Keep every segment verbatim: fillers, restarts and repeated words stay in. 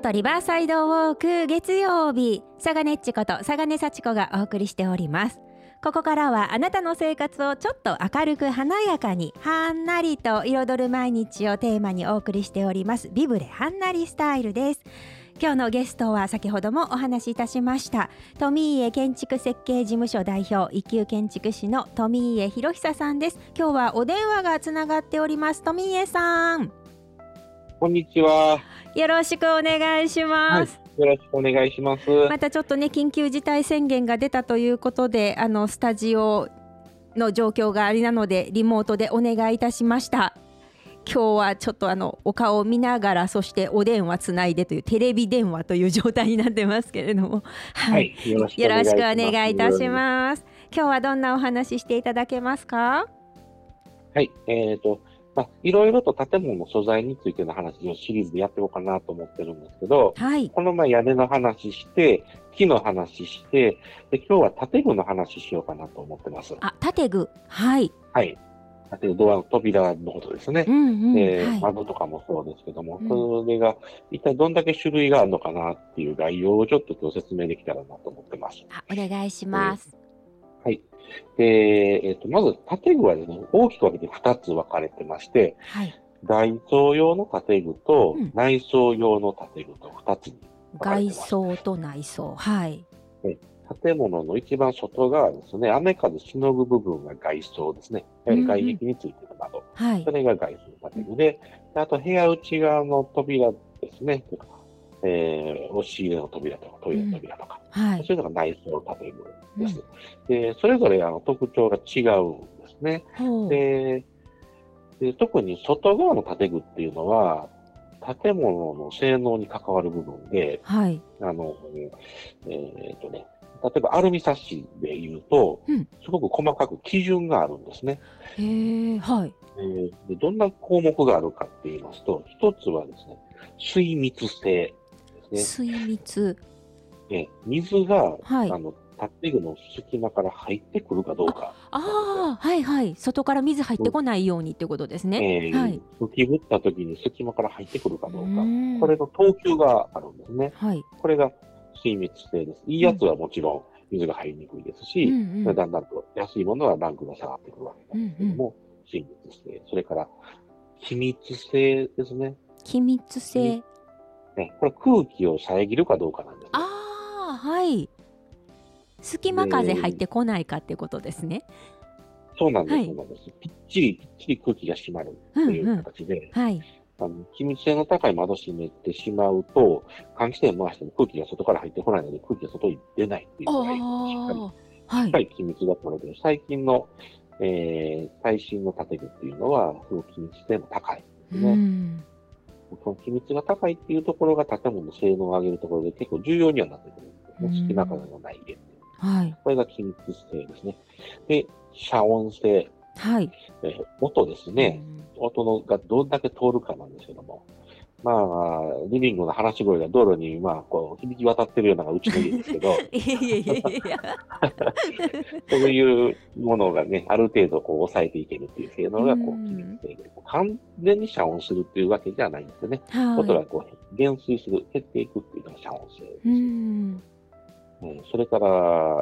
都リバーサイドウォーク月曜日、佐賀ねっちこと佐賀根幸子がお送りしております。ここからはあなたの生活をちょっと明るく華やかにはんなりと彩る毎日をテーマにお送りしておりますビブレはんなりスタイルです。今日のゲストは先ほどもお話しいたしました富家建築設計事務所代表一級建築士の富家博久さんです。今日はお電話がつながっております。富家さん、 こんにちは。 よろしくお願いします。 はい、よろしくお願いします。 またちょっとね緊急事態宣言が出たということで、あのスタジオの状況がありなのでリモートでお願いいたしました。今日はちょっとあのお顔を見ながら、そしてお電話つないでというテレビ電話という状態になってますけれども、はい、はい、よろしくお願いいたします。今日はどんなお話していただけますか？ はい、えーとまあ、いろいろと建物の素材についての話をシリーズでやっていこうかなと思ってるんですけど、 はい、 この前屋根の話して、木の話して、で今日は建具の話しようかなと思ってます。 あ、建具、はい。 はい。建具、ドアの扉のことですね。 うんうん、 えーはい、 窓とかもそうですけども、 うん、 それが一体どんだけ種類があるのかなっていう概要をちょっと今日説明できたらなと思ってます。 あ、お願いします。 えー、はい。で、えっと、まず建具はですね、大きく分けてふたつ分かれてまして、 はい、 外装用の建具と内装用の建具とふたつに分かれてます。 外装と内装、はい。 建物の一番外側ですね、雨風しのぐ部分が外装ですね。やはり外壁についている窓。うんうん、それが外装建具で、あと部屋内側の扉ですね。えー、押し入れの扉とかトイレの扉とか、うんはい、そういうのが内装建具です。うん、でそれぞれあの特徴が違うんですね。でで特に外側の建具っていうのは、建物の性能に関わる部分で、はい、あの、えーっとね、例えばアルミサッシで言うと、うん、すごく細かく基準があるんですね。 へー、はい。 えー、でどんな項目があるかって言いますと、一つはですね、水密性ですね。 水密。 え水が、はい、あの建具の隙間から入ってくるかどうか。 ああ、はいはい。外から水入ってこないようにってことですね。 えー、はい。吹き降った時に隙間から入ってくるかどうか。これの等級があるんですね。はい。これが水密性です。いいやつはもちろん水が入りにくいですし、うんうん、だんだんと安いものはランクが下がってくるわけなんですけども、うんうん、水密性。それから、気密性ですね。 気密性。 ね、これ空気を遮るかどうかなんですね。 ああ、はい。隙間風入ってこないかってことですね。 そうなんです、はい、そうなんです。ぴっちりぴっちり空気が締まるっていう形で、うんうん、はい、あの気密性の高い窓閉めてしまうと、換気扇回しても空気が外から入ってこないので、空気が外に出ないっていうのがしっかり、はい、しっかり気密だったので、最近の、えー、最新の建具っていうのは、その気密性も高いですね。うん、この気密が高いっていうところが建物の性能を上げるところで結構重要にはなってくるんですね。隙間風のない家。はい、これが気密性ですね。で、遮音性。はい。えー、音ですね。音のがどんだけ通るかなんですけども。まあ、リビングの話し声が道路に、まあ、こう、響き渡ってるようなのがうちの家ですけど。いやいやいやいや。そういうものがね、ある程度こう抑えていけるっていう性能が、こう、気密性で。完全に遮音するっていうわけじゃないんですよね。はい、音がこう、減衰する、減っていくっていうのが遮音性です。うんそれから、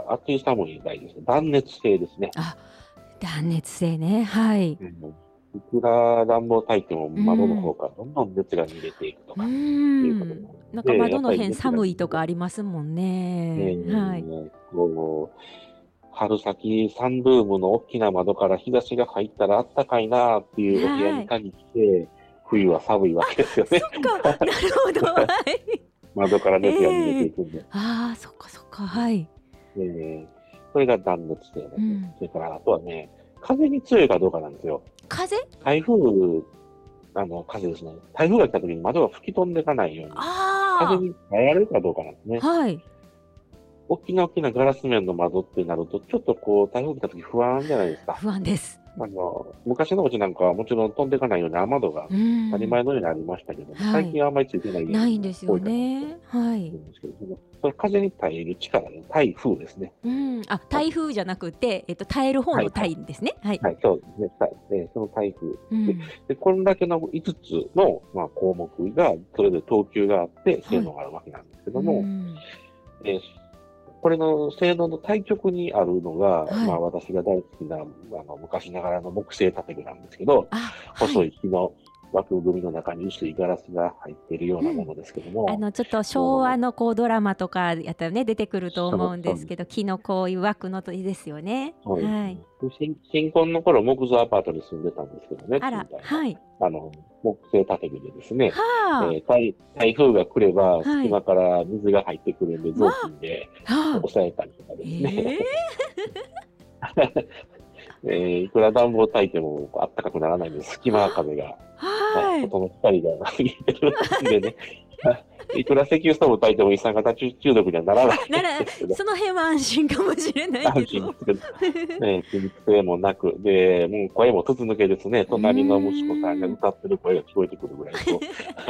暑い寒い大事ですね。断熱性ですね。 あ、断熱性ね。はい。 うん、いくら暖房焚いても窓の方からどんどん熱が逃げていくとか、いうことで。 なんか窓の辺寒いとかありますもんね。 えー、はい。こう春先サンルームの大きな窓から日差しが入ったらあったかいなっていうお部屋に限って、はい、冬は寒いわけですよね。 そっか、なるほど。はい。 窓から熱が逃げていくんで。 えー、ああ、そっかそっか、はい。 えー、これが断熱性です、うん。それから、あとはね、風に強いかどうかなんですよ。 風？ 台風、あの、風ですね。台風が来た時に窓が吹き飛んでいかないように、風に耐えられるかどうかなんですね。はい。大きな大きなガラス面の窓ってなると、ちょっとこう、台風来た時不安じゃないですか。 不安です。 あの昔のうちなんかはもちろん飛んでいかないように雨戸が当たり前のようにありましたけども、 はい、 最近はあんまりついてない家ないんですよね。はい。 その風に耐える力ね、台風ですね。 うん、あ、台風じゃなくて、えっと、耐える方の台ですね。はい、 はい、はい、そうですね。でその台風、うん、で, で、これだけのいつつの、まあ、項目が、それぞれ等級があって、性能があるわけなんですけども、はい、えーこれの性能の対極にあるのが、はい、まあ私が大好きなあの昔ながらの木製建具なんですけど、はい、細い木の枠組みの中に薄いガラスが入っているようなものですけども、 うん、あのちょっと昭和のこうドラマとかやったらね出てくると思うんですけど、木のこういう枠のですよね。 はい。新, 新婚の頃木造アパートに住んでたんですけどね。 あら、はい。 あの木製建具でですね、はあえー台、台風が来れば隙間から水が入ってくるんで、雑巾で抑えたりとかですね。えーえー、いくら暖房焚いてもあったかくならないんで、隙間風が、はい、外の光が入ってるんでね。いくら石油ストーブ焚いても一酸化炭素中毒にはならないんですけど。 その辺は安心かもしれないけど。安心ですけど。 ね、機密性もなく、で、もう声も筒抜けですね。隣の息子さんが歌ってる声が聞こえてくるぐらいと。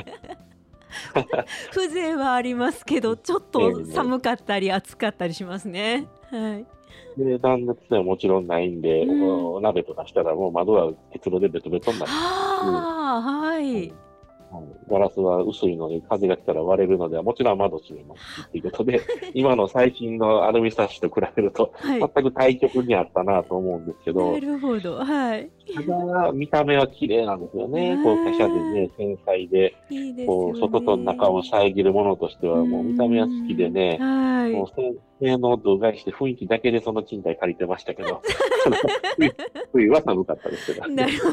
風情はありますけど、ちょっと寒かったり暑かったりしますね。はい。 で、断熱性はもちろんないんで、うん、お鍋とかしたらもう窓は結露でベトベトになるんです。 ああ、はい。うんガラスは薄いので、風が来たら割れるのでは、もちろん窓閉めますっていうことで、今の最新のアルミサッシと比べると、はい、全く対極にあったなと思うんですけど、 なるほど、はい。 ただ、見た目は綺麗なんですよね。こう、華奢でね、繊細で、いいですよね、こう、外と中を遮るものとしては、もう見た目は好きでね、はい、もう性能度外して雰囲気だけでその賃貸借りてましたけど、冬は寒かったですけど、ね。 なるほど。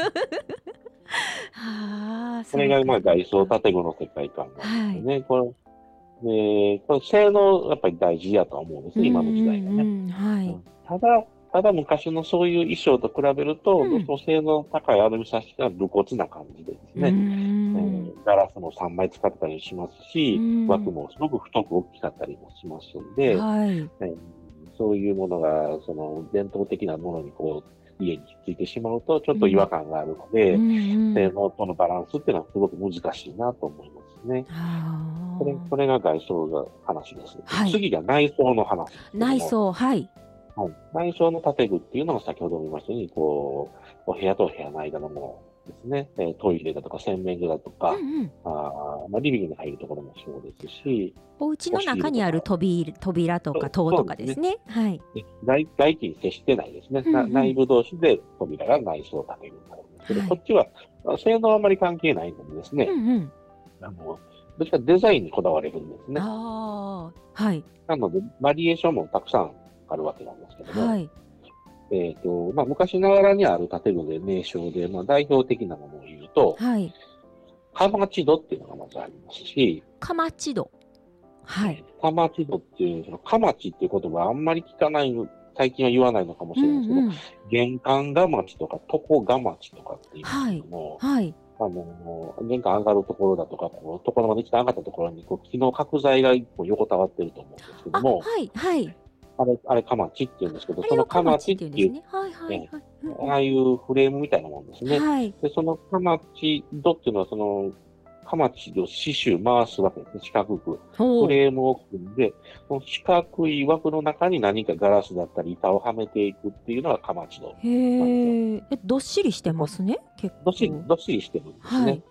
はあ、 これがまあ外装建具の世界観なんですね。はい、これでこれ性能やっぱり大事やと思うんです、今の時代がね。はい、ただ、ただ昔のそういう衣装と比べると、うん、どうしても性能高いアルミサッシが無骨な感じでですね、えー、ガラスもさんまい使ったりしますし、枠もすごく太く大きかったりもしますんで、はい、えー、そういうものがその伝統的なものにこう、家についてしまうとちょっと違和感があるので、うんうん、性能とのバランスっていうのはすごく難しいなと思いますね。これ、これが外装の話です。はい、次が内装の話。 内装、はい。 はい、内装の建具っていうのが先ほども言いましたように、こう、お部屋とお部屋の間のものですね。えー、トイレだとか洗面所だとか、うんうん、あまあ、リビングに入るところもそうですし、 お家の中にある扉、扉とか戸とかですね。はい。 外外気に接してないですね。うんうん、内部同士で扉が内装建具になるんですけど、はい、こっちは性能はあまり関係ないのでですね、うんうん、あのどっちかデザインにこだわれるんですね。 あはい、 なので、バリエーションもたくさんあるわけなんですけども、はい、えっと、まあ、昔ながらにある建具で名称で、まあ、代表的なものを言うと、はい、かまち戸っていうのがまずありますし、 かまち戸。はい。 かまち戸っていう、そのかまちっていう言葉あんまり聞かない、最近は言わないのかもしれないですけど、うんうん、玄関がまちとか、床がまちとかっていうんですけども、はいはい、あの、玄関上がるところだとか、こう、床の間で一段上がったところに、こう、木の角材が一個横たわってると思うんですけども、 はいはい。 あれ、あれ、かまちって言うんですけど、そのかまちっていう、はいはいはい、ああいうフレームみたいなもんですね。はい、で、そのかまち戸っていうのは、その、かまちを刺繍回すわけですね。四角く。フレームを組んで、その四角い枠の中に何かガラスだったり板をはめていくっていうのがかまち戸。 へー。え、どっしりしてますね。結構。 どっしり、どっしりしてるんですね。はい、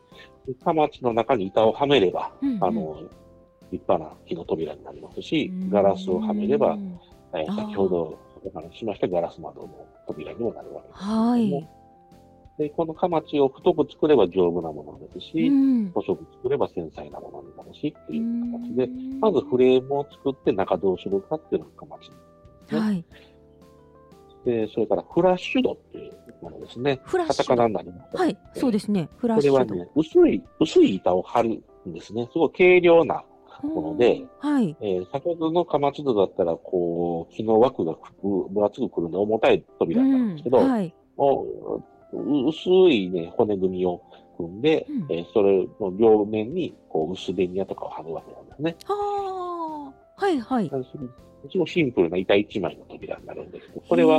かまちの中に板をはめれば、うんうん、あの、立派な木の扉になりますし、ガラスをはめれば、えー、先ほどお話ししましたガラス窓の扉にもなるわけですけども。はい。で、このかまちを太く作れば丈夫なものですし、うん、細く作れば繊細なものになるしっていう形で、まずフレームを作って中どうするかっていうのがかまちですね。はい。で、それからフラッシュドっていうものですね。 フラッシュド。カタカナになります。はい、そうですね。フラッシュド。これはね、薄い、薄い板を貼るんですね。すごい軽量なもので、はい。えー、先ほどのかまち戸だったら、こう、木の枠が分厚くくるので重たい扉になるんですけど、うんはい、薄いね、骨組みを組んで、うん、えー、それの両面に、こう、薄ベニヤとかを貼るわけなんですね。 はあ、はいはい。 すごいシンプルな板一枚の扉になるんですけど、これは、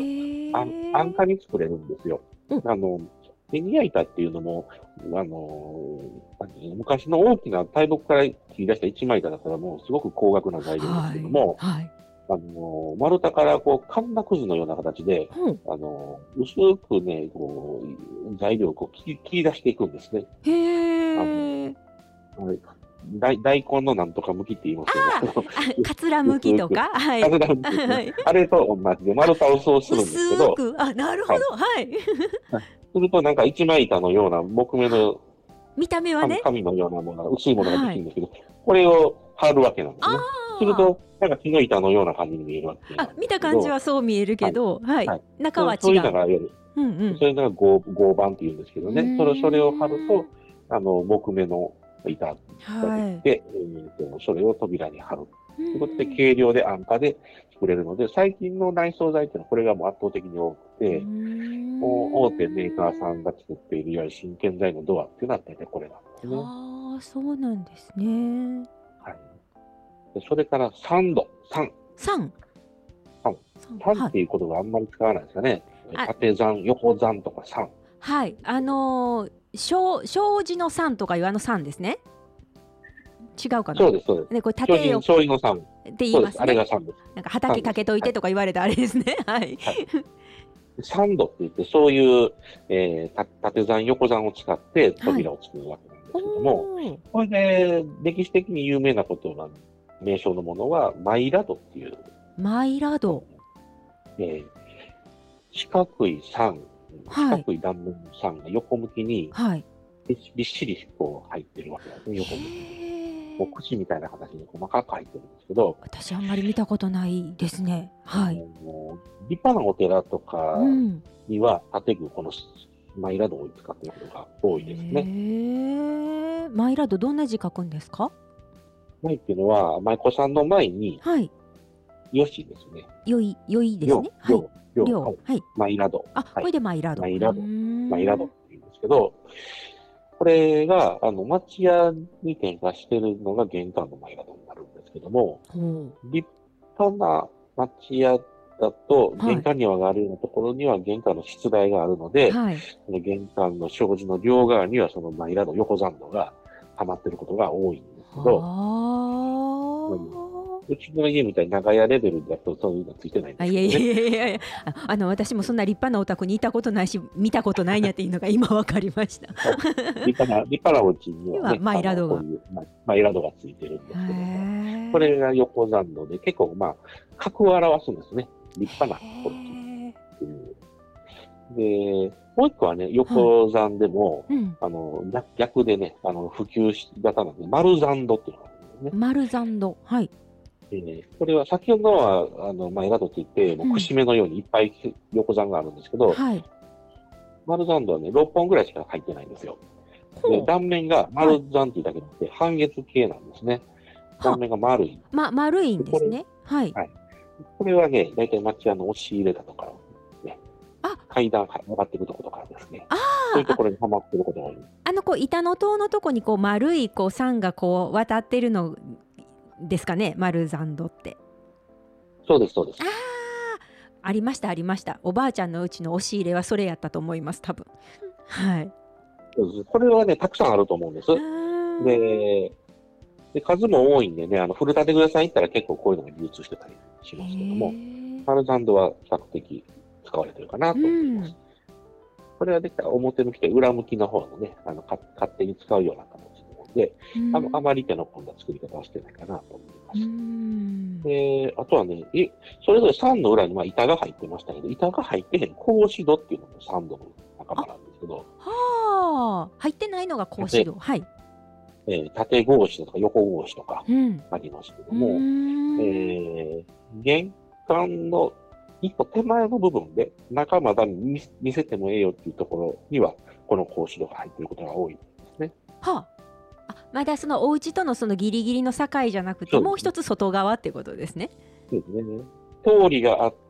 あん安価に作れるんですよ。 うん、 あのベニヤ板っていうのも、あの昔の大きな大木から切り出した一枚板だからもうすごく高額な材料ですけども、 はいはい、 あの丸太からこうカンナくずのような形で、 うん、 あの薄くね、こう材料をこう切り切り出していくんですね。 へえ。 大大根のなんとか剥きって言いますけど、 あ、かつらむきとか、はい。 カズラ剥きですね、 はい。 あれと同じで丸太をそうするんですけど、 薄く、あ、なるほはい、 ど、はい。 するとなんか一枚板のような木目の見た目は紙ね。 紙のようなものが、薄いものがではい。 きるんですけど、これを貼るわけなんですあね。するあ。 と、なんか木の板のような感じに見えるわけなあ、 んで見た感じすけど、 はそう見えるけはい、 ど、はい。 はい。 中は違そうそういうのう。 がいわゆる、 うんうん。 それが合合板っていうんですけうどね、それそれを貼るーん。 と、あの、木目の板がではい。 きて、えーと、それを扉に貼る。 うということで、 ん。 軽量で安価で作れるので、最近の内装材っていうのはこれがもう圧倒的に多くうーて、もう大手メーカーさんん。 が作っているいわゆる真剣材のドアっていうのは大体これなんですね。 ああ、そうなんですね。 はい。でそれからさんど、さん。 さん。 さん。 さん、 さんはい。 っていう言葉あんまり使わないですかね。 あ、 縦山、横山とかさん。 はい。あのー、障障子のさんとかいうあのさんですね。違うかな。 そうです、そうです。 ね、これ商品、 縦よ商品のさん。 って言いそうです。あれますね。 がさんです。 なんかさんです。 畑かけといはい。 てとか言われたあれですね。はい。 はい。サンドって言って、そういう、えー、た縦山、横山を使ってはい。 扉を作るわけなんですけども、 おお。 これで歴史的に有名なことが、名称のものは、マイラドっていう、 マイラド。 えー、四角い山、四はい。 角い断面の山が横向きにはい。 びっびっしりこう入ってるわけなんですね、横向きに。もうへえ。 口みたいな形で細かく入ってるんですけど、 私あんまり見たことないですね。 あのはい。 立派なお寺とかうん。 には建具、このマイラドを使っていることが多いですね。 へえ。マイラドどんな字書くんですか？ 舞っていうのは、舞妓さんの前に、 はい。 よしですね。 よい、よいですりょね。 う、りはい。 ょう、りょう、はい。 りょう。はい。 マイラド。 あ、 はい。 これでマイラド。うーマイラド。マイラドっん。 て言うんですけど、これが、あの、町屋に点火してるのが玄関のマイラドになるんですけども、 ほ立派な町屋だと、 う。はい。 玄関庭があるようなところには玄関の室内があるので、 はい。 その玄関の障子の両側にはそのマイラド、横残土が溜まってることが多いんですけど、うん、 はうちの家みたいに長屋レベルだとそういうのついてないんあ。あ、 ですけどね。 いやいやいやいやいや、あ、あの私もそんな立派なお宅にいたことないし、見たことないんやっていうのが今わかりました。 立派な、立派なお家には今ね、 マイラドが。 あの、こういうママイラドがついてるんですけども、こへれが横残土で結構まあ、格を表すんですね。立派なえ。 おへ家え。 っていう。で、もう一個はね、 はい。 横山でも、 うん。 あの、逆逆でね、あの、普及型なんで、丸残土っていうのがあるんですね。 丸残土。はい。 えーこれは先ほどのは、あの、マイラドって言って、もううん。 節目のようにいっぱい横山があるんですけど、 はい。 丸残土はね、ろっぽんぐらいしか入ってないんですよ。で、 ほう。 断面がはい。 丸残っていうだけでなくて、半月形なんですね。断は、 面が丸い。 ま、丸いんでこれ、 ですね。はい。 はい。これはね、大体町屋の押し入れだとか、ね、 あ、 階段上がっていくところとかですね。 ああ、あ、 そういうところにはまってることが多い。 あのこう板の塔のとこにこう丸いこう山がこう渡ってるのですかね、丸残土って。 そうです、そうであす。 あ、ありましたありました。おばあちゃんのうちの押し入れはそれやったと思います、多分。はい。 そうですこれはね、たくさんあると思うんです。 うーん。 で、で数も多いんでね、あの、古建具屋さん行ったら結構こういうのが流通してたりしへますけども、 え。 パルザンドは比較的使われてるかなうと思います。 ん。 これはできたら表向きで裏向きの方のね、あの、か勝手に使うような形なので、あの、あうん。 まり手の込んだ作り方はしてないかなと思いまうす。 ん。 で、あとはね、え、それぞれさんの裏にまあ板が入ってましたけど、板が入ってへん格子戸っていうのもさんどの仲あ、 間なんですけど、 はあ。入ってないのが格子縦、 戸。はい。 えー縦格子とか横格子とかうん。 ありますけどうも、えーん。 ー玄関の一歩手前の部分で、中まだ見見せてもええよっていうところには、この格子戸が入っていることが多いですね。 はあ。あ、まだそのお家とのそのギリギリの境じゃなくて、 そうですね。 もう一つ外側ってことですね。 そうですね。通りがあって、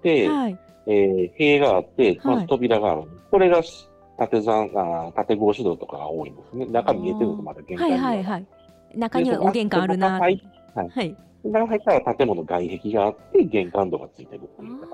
はい。 えー塀があって、まずはい。 扉がある。これが縦山、あー縦格子戸とかが多いんですね。中見えてるのとああ。 まだ玄はい関庭が。 はいはい。中で、 にそこ、あ、 はお玄関あるな。 中入っ、はい。 はい。 中入ったら建物外壁があって、玄関戸がついてるっていう形で。 あ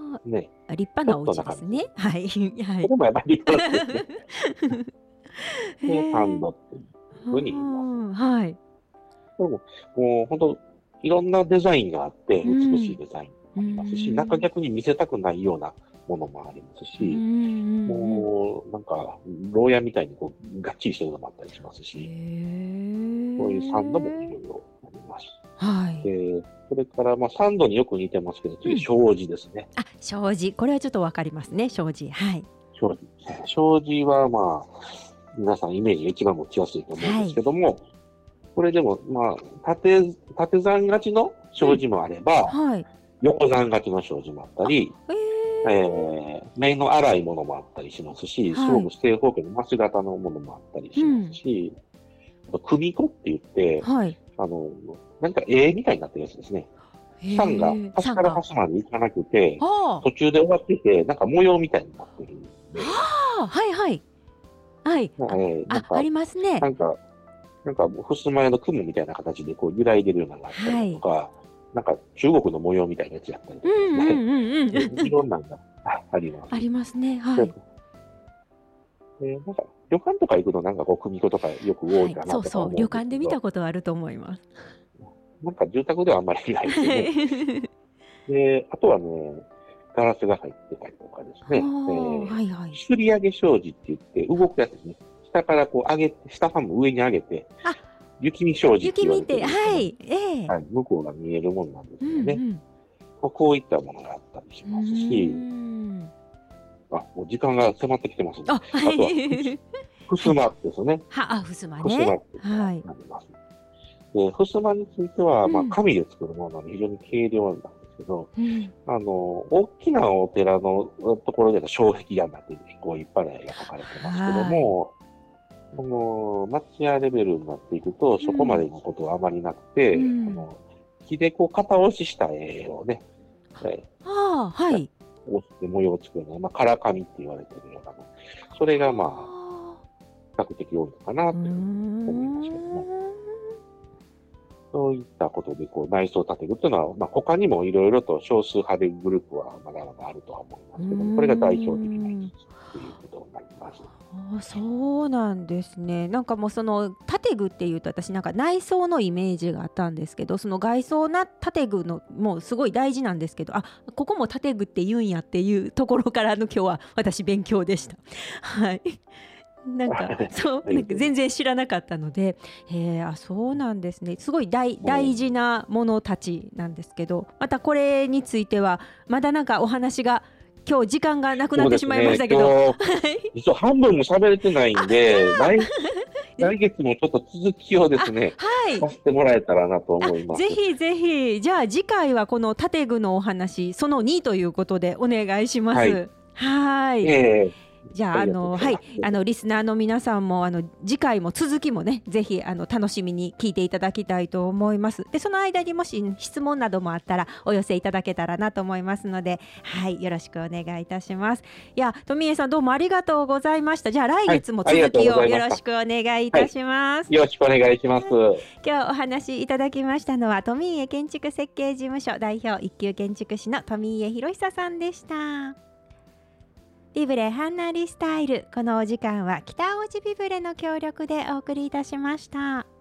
ね。 立派なお家ですね。はい。はい。 これもやっぱり立派なんですね。で、さんどっていうふうに言います。 はい。 これも、もう本当、いろんなデザインがあって、美しいデザインもありますし、なんか逆に見せたくないようなものもありますし、もう、なんか、牢屋みたいにこう、がっちりしてるのもあったりしますし、そういうサンドもいろいろあります。 はい。 で、それから、まあ、サンドによく似てますけど、次、障子ですね。 あ、障子。これはちょっとわかりますね、障子。はい。 障子。障子は、まあ、皆さんイメージが一番持ちやすいと思うんですけども、はい、これでも、まあ、縦、縦残勝ちの障子もあれば、はい、横残勝ちの障子もあったり、えー、目の粗いものもあったりしますし、はい、すごく正方形のマス型のものもあったりしますし、うん、組子って言って、はい、あの、何か絵みたいになってるやつですね。線が端から端まで行かなくて、途中で終わってて、なんか模様みたいになってるんで。 はあ、はいはい。はい。あ、ありますね。 なんか、なんか、ふすま絵の雲みたいな形でこう揺らいでるようなのがあったりとか、はい、なんか中国の模様みたいなやつやったりとかですね。いろんなのがあります。 ありますね。はい。 で、なんか、旅館とか行くとなんかこう、組子とかよく多いかなとか思うんですけど、はい、そうそう、 旅館で見たことあると思います。 なんか住宅ではあんまりないですよね。で、あとはね、ガラスが入ってたりとかですね。えーはいはい、吊り上げ障子って言って動くやつですね。下からこう上げて、下半分上に上げて、雪見障子って言われてるんですけど、 雪見て、はい、えーはい、向こうが見えるものなんですよね。うんうん、こういったものがあったりしますし、あ、もう時間が迫ってきてますね。あ、あとは、ふすまですね。 は、あ、ふすまね。 ふすまってなります。で、ふすまについては、まあ、紙で作るもので非常に軽量なんですけど、うん、あの、大きなお寺のところでの障壁画になって、こう、いっぱいの絵が描かれてますけども、この、町屋レベルになっていくと、そこまでのことはあまりなくて、うん、あの木でこう、型押しした絵をね、えー、 あはい。 押して模様を作るの、まあ、唐紙って言われてるようなの。それが、まあ、比較的多いのかなと思いますけども。そういったことでこう内装を建てるというのは、まあ、他にもいろいろと少数派でグループはまだまだあるとは思いますけども、これが代表的な一つということになります。 あ、そうなんですね。なんかもうその建具っていうと私なんか内装のイメージがあったんですけど、その外装な建具のもうすごい大事なんですけど、あ、ここも建具って言うんやっていうところからの今日は私勉強でした。はい。なんかそうなんか全然知らなかったので、へえ、あ、そうなんですね。すごい 大, 大事なものたちなんですけど、またこれについてはまだなんかお話が今日時間がなくなってしまいましたけど、 ね、実は半分も喋れてないんで来, 来月もちょっと続きをですね、はい、させてもらえたらなと思います。 ぜひぜひ、じゃあ次回はこの建具のお話そのにということでお願いします。はい、はい、えーじゃあ、あの、はい、あのリスナーの皆さんもあの次回も続きもね、ぜひあの楽しみに聞いていただきたいと思います。で、その間にもし質問などもあったらお寄せいただけたらなと思いますので、はい、よろしくお願いいたします。いや、富江さんどうもありがとうございました。じゃあ来月も続きをよろしくお願いいたします。 はい、よろしくお願いします。 今日お話いただきましたのは富江建築設計事務所代表一級建築士の富江博久さんでした。ビブレハンナリスタイル、このお時間は北大路ビブレの協力でお送りいたしました。